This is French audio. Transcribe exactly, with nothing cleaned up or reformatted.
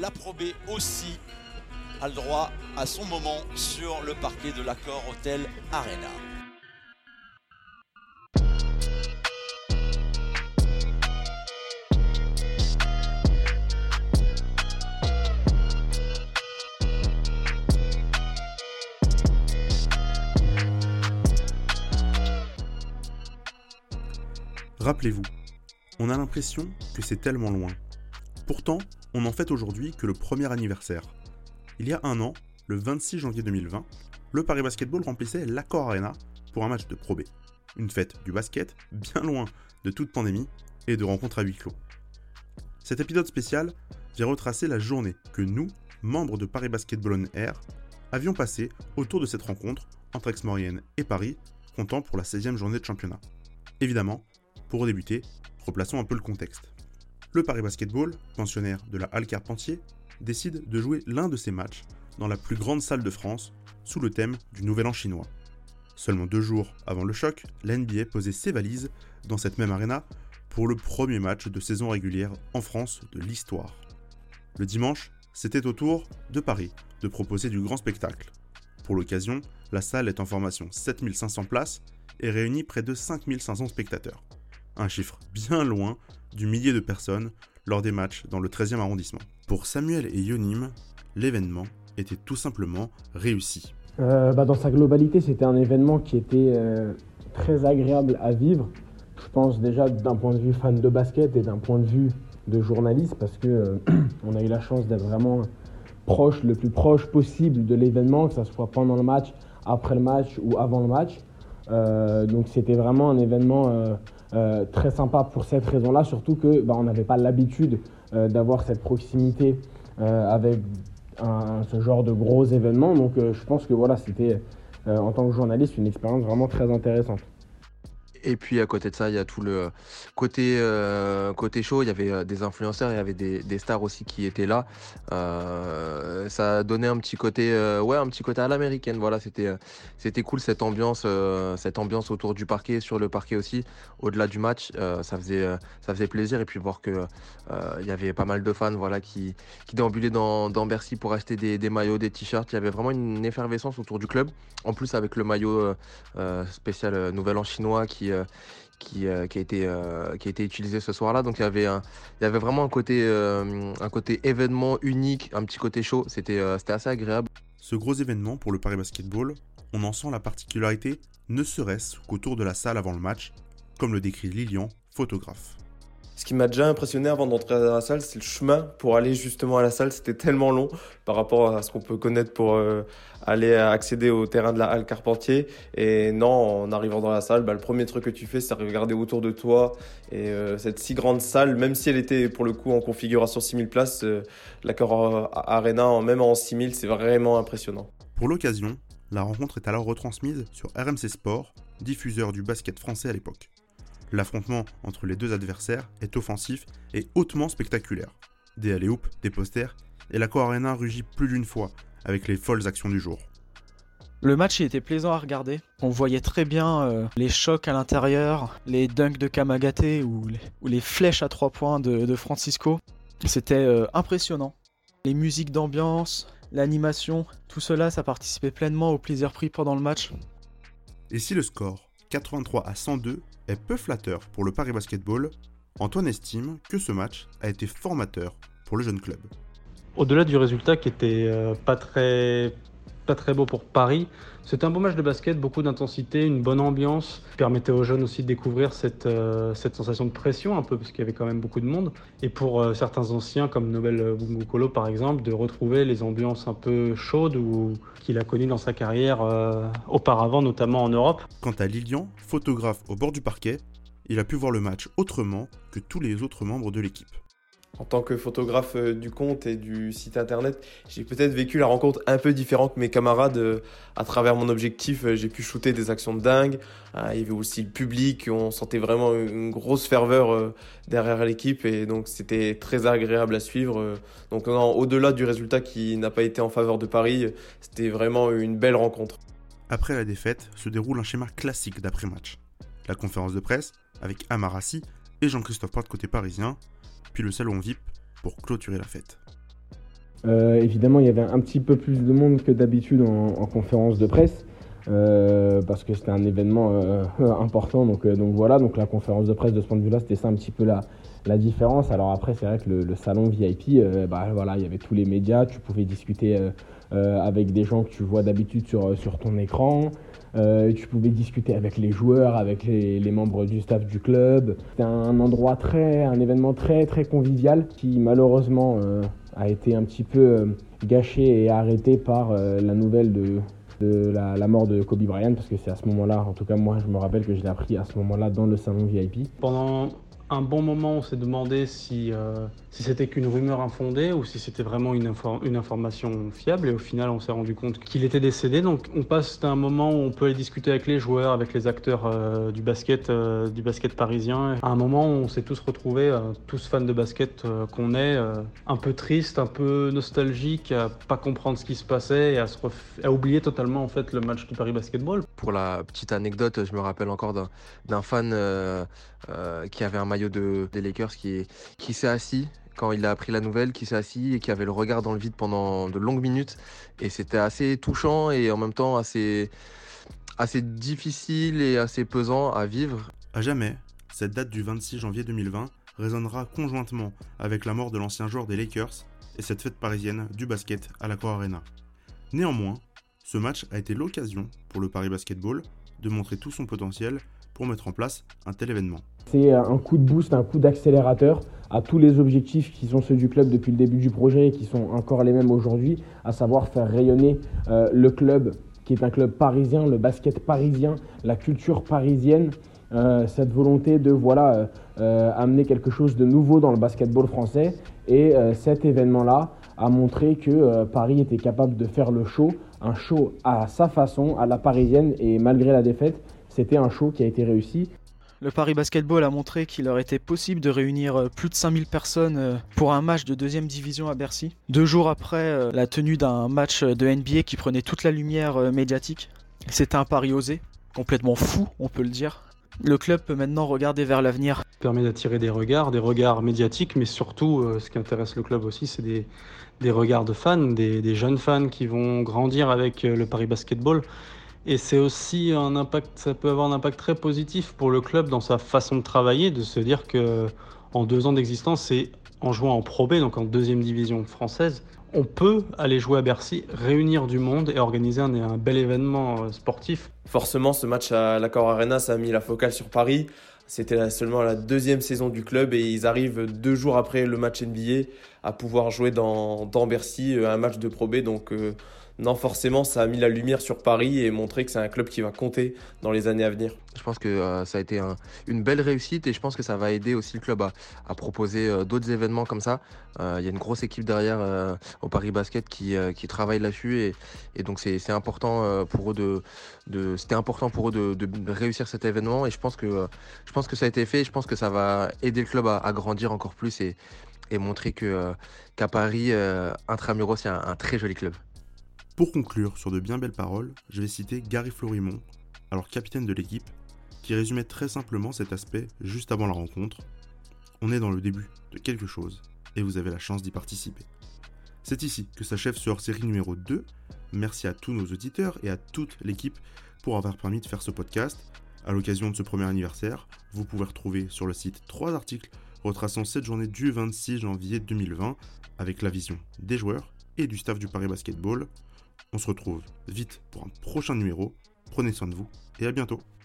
la Pro B aussi a le droit à son moment sur le parquet de l'Accor Hotel Arena. Rappelez-vous, on a l'impression que c'est tellement loin. Pourtant, on n'en fête aujourd'hui que le premier anniversaire. Il y a un an, le vingt-six janvier deux mille vingt, le Paris Basketball remplissait l'Accor Arena pour un match de Pro B. Une fête du basket, bien loin de toute pandémie et de rencontres à huis clos. Cet épisode spécial vient retracer la journée que nous, membres de Paris Basketball On Air, avions passée autour de cette rencontre entre Aix-Maurienne et Paris, comptant pour la seizième journée de championnat. Évidemment, pour débuter, replaçons un peu le contexte. Le Paris Basketball, pensionnaire de la Halle Carpentier, décide de jouer l'un de ses matchs dans la plus grande salle de France, sous le thème du Nouvel An chinois. Seulement deux jours avant le choc, la N B A posait ses valises dans cette même arena pour le premier match de saison régulière en France de l'histoire. Le dimanche, c'était au tour de Paris de proposer du grand spectacle. Pour l'occasion, la salle est en formation sept mille cinq cents places et réunit près de cinq mille cinq cents spectateurs. Un chiffre bien loin du millier de personnes lors des matchs dans le treizième arrondissement. Pour Samuel et Yonim, l'événement était tout simplement réussi. Euh, bah dans sa globalité, c'était un événement qui était euh, très agréable à vivre. Je pense déjà d'un point de vue fan de basket et d'un point de vue de journaliste, parce que euh, on a eu la chance d'être vraiment proche, le plus proche possible de l'événement, que ce soit pendant le match, après le match ou avant le match. Euh, donc c'était vraiment un événement euh, euh, très sympa pour cette raison-là, surtout que bah, on n'avait pas l'habitude euh, d'avoir cette proximité euh, avec un, ce genre de gros événements. Donc euh, je pense que voilà, c'était euh, en tant que journaliste une expérience vraiment très intéressante. Et puis à côté de ça, il y a tout le côté, euh, côté show, il y avait euh, des influenceurs, il y avait des, des stars aussi qui étaient là. Euh, ça a donné un petit côté, euh, ouais, un petit côté à l'américaine. Voilà, c'était, euh, c'était cool cette ambiance, euh, cette ambiance autour du parquet, sur le parquet aussi, au-delà du match. Euh, ça faisait, euh, ça faisait plaisir. Et puis voir que euh, il y avait pas mal de fans, voilà, qui, qui déambulaient dans, dans Bercy pour acheter des, des maillots, des t-shirts. Il y avait vraiment une effervescence autour du club. En plus avec le maillot euh, euh, spécial euh, Nouvel An chinois qui euh, Qui, euh, qui, a été, euh, qui a été utilisé ce soir-là. Donc il y avait, un, il y avait vraiment un côté, euh, un côté événement unique, un petit côté chaud. C'était, euh, c'était assez agréable. Ce gros événement pour le Paris Basketball, on en sent la particularité, ne serait-ce qu'autour de la salle avant le match, comme le décrit Lilian, photographe. Ce qui m'a déjà impressionné avant d'entrer dans la salle, c'est le chemin pour aller justement à la salle. C'était tellement long par rapport à ce qu'on peut connaître pour euh, aller accéder au terrain de la Halle Carpentier. Et non, en arrivant dans la salle, bah, le premier truc que tu fais, c'est regarder autour de toi. Et euh, cette si grande salle, même si elle était pour le coup en configuration six mille places, euh, l'Accor Arena, même en six mille, c'est vraiment impressionnant. Pour l'occasion, la rencontre est alors retransmise sur R M C Sport, diffuseur du basket français à l'époque. L'affrontement entre les deux adversaires est offensif et hautement spectaculaire. Des alley-oops, des posters, et l'Accor Arena rugit plus d'une fois avec les folles actions du jour. Le match il était plaisant à regarder. On voyait très bien euh, les chocs à l'intérieur, les dunks de Kamagaté ou les, ou les flèches à trois points de, de Francisco. C'était euh, impressionnant. Les musiques d'ambiance, l'animation, tout cela, ça participait pleinement au plaisir pris pendant le match. Et si le score quatre-vingt-trois à cent deux est peu flatteur pour le Paris Basketball, Antoine estime que ce match a été formateur pour le jeune club. Au-delà du résultat qui était euh, pas très, pas très beau pour Paris, c'était un beau match de basket, beaucoup d'intensité, une bonne ambiance, qui permettait aux jeunes aussi de découvrir cette, euh, cette sensation de pression un peu, parce qu'il y avait quand même beaucoup de monde. Et pour euh, certains anciens, comme Nobel Bungukolo par exemple, de retrouver les ambiances un peu chaudes ou qu'il a connues dans sa carrière euh, auparavant, notamment en Europe. Quant à Lilian, photographe au bord du parquet, il a pu voir le match autrement que tous les autres membres de l'équipe. En tant que photographe du compte et du site internet, j'ai peut-être vécu la rencontre un peu différent que mes camarades. À travers mon objectif, j'ai pu shooter des actions de dingue. Il y avait aussi le public, on sentait vraiment une grosse ferveur derrière l'équipe et donc c'était très agréable à suivre. Donc non, au-delà du résultat qui n'a pas été en faveur de Paris, c'était vraiment une belle rencontre. Après la défaite, se déroule un schéma classique d'après-match. La conférence de presse avec Amarassi et Jean-Christophe Prat côté parisien, puis le salon V I P pour clôturer la fête. Euh, évidemment, il y avait un petit peu plus de monde que d'habitude en, en conférence de presse. Euh, parce que c'était un événement euh, important, donc, euh, donc voilà, donc la conférence de presse de ce point de vue-là, c'était ça un petit peu la, la différence. Alors après, c'est vrai que le, le salon V I P, euh, bah, voilà, il y avait tous les médias, tu pouvais discuter euh, euh, avec des gens que tu vois d'habitude sur, sur ton écran, euh, tu pouvais discuter avec les joueurs, avec les, les membres du staff du club. C'était un endroit très, un événement très très convivial qui malheureusement euh, a été un petit peu euh, gâché et arrêté par euh, la nouvelle de de la, la mort de Kobe Bryant, parce que c'est à ce moment-là, en tout cas moi je me rappelle que je l'ai appris à ce moment-là dans le salon V I P. Pendant un bon moment, on s'est demandé si, euh, si c'était qu'une rumeur infondée ou si c'était vraiment une, infor- une information fiable, et au final on s'est rendu compte qu'il était décédé. Donc on passe d'un moment où on peut aller discuter avec les joueurs, avec les acteurs euh, du basket, euh, du basket parisien, à un moment où on s'est tous retrouvés, euh, tous fans de basket euh, qu'on est, euh, un peu tristes, un peu nostalgiques, à pas comprendre ce qui se passait et à, se ref- à oublier totalement en fait le match du Paris Basketball. Pour la petite anecdote, je me rappelle encore d'un, d'un fan euh, euh, qui avait un maillot de, des Lakers qui, qui s'est assis quand il a appris la nouvelle, qui s'est assis et qui avait le regard dans le vide pendant de longues minutes. Et c'était assez touchant et en même temps assez, assez difficile et assez pesant à vivre. À jamais, cette date du vingt-six janvier deux mille vingt résonnera conjointement avec la mort de l'ancien joueur des Lakers et cette fête parisienne du basket à l'Accor Arena. Néanmoins, ce match a été l'occasion pour le Paris Basketball de montrer tout son potentiel pour mettre en place un tel événement. C'est un coup de boost, un coup d'accélérateur à tous les objectifs qui sont ceux du club depuis le début du projet et qui sont encore les mêmes aujourd'hui, à savoir faire rayonner euh, le club qui est un club parisien, le basket parisien, la culture parisienne, euh, cette volonté de voilà, euh, euh, amener quelque chose de nouveau dans le basketball français. Et euh, cet événement-là a montré que euh, Paris était capable de faire le show, un show à sa façon, à la parisienne, et malgré la défaite, c'était un show qui a été réussi. Le Paris Basketball a montré qu'il leur était possible de réunir plus de cinq mille personnes pour un match de deuxième division à Bercy. Deux jours après la tenue d'un match de N B A qui prenait toute la lumière médiatique. C'était un pari osé, complètement fou, on peut le dire. Le club peut maintenant regarder vers l'avenir. Ça permet d'attirer des regards, des regards médiatiques, mais surtout, euh, ce qui intéresse le club aussi, c'est des, des regards de fans, des, des jeunes fans qui vont grandir avec euh, le Paris Basketball. Et c'est aussi un impact, ça peut avoir un impact très positif pour le club dans sa façon de travailler, de se dire que en deux ans d'existence, et en jouant en Pro B, donc en deuxième division française, on peut aller jouer à Bercy, réunir du monde et organiser un, un bel événement sportif. Forcément, ce match à l'Accor Arena, ça a mis la focale sur Paris. C'était seulement la deuxième saison du club et ils arrivent deux jours après le match N B A à pouvoir jouer dans, dans Bercy un match de Pro B. Donc euh, non, forcément, ça a mis la lumière sur Paris et montré que c'est un club qui va compter dans les années à venir. Je pense que euh, ça a été un, une belle réussite et je pense que ça va aider aussi le club à, à proposer euh, d'autres événements comme ça. Il euh, y a une grosse équipe derrière euh, au Paris Basket qui, euh, qui travaille là-dessus et, et donc c'est, c'est important euh, pour eux de, de c'était important pour eux de, de réussir cet événement et je pense que euh, je pense que ça a été fait. Et je pense que ça va aider le club à, à grandir encore plus et, et montrer que euh, qu'à Paris, euh, Intramuros, c'est un, un très joli club. Pour conclure sur de bien belles paroles, je vais citer Gary Florimont, alors capitaine de l'équipe, qui résumait très simplement cet aspect juste avant la rencontre. On est dans le début de quelque chose et vous avez la chance d'y participer. C'est ici que s'achève ce hors-série numéro deux. Merci à tous nos auditeurs et à toute l'équipe pour avoir permis de faire ce podcast. À l'occasion de ce premier anniversaire, vous pouvez retrouver sur le site trois articles retraçant cette journée du vingt-six janvier deux mille vingt avec la vision des joueurs et du staff du Paris Basketball. On se retrouve vite pour un prochain numéro. Prenez soin de vous et à bientôt.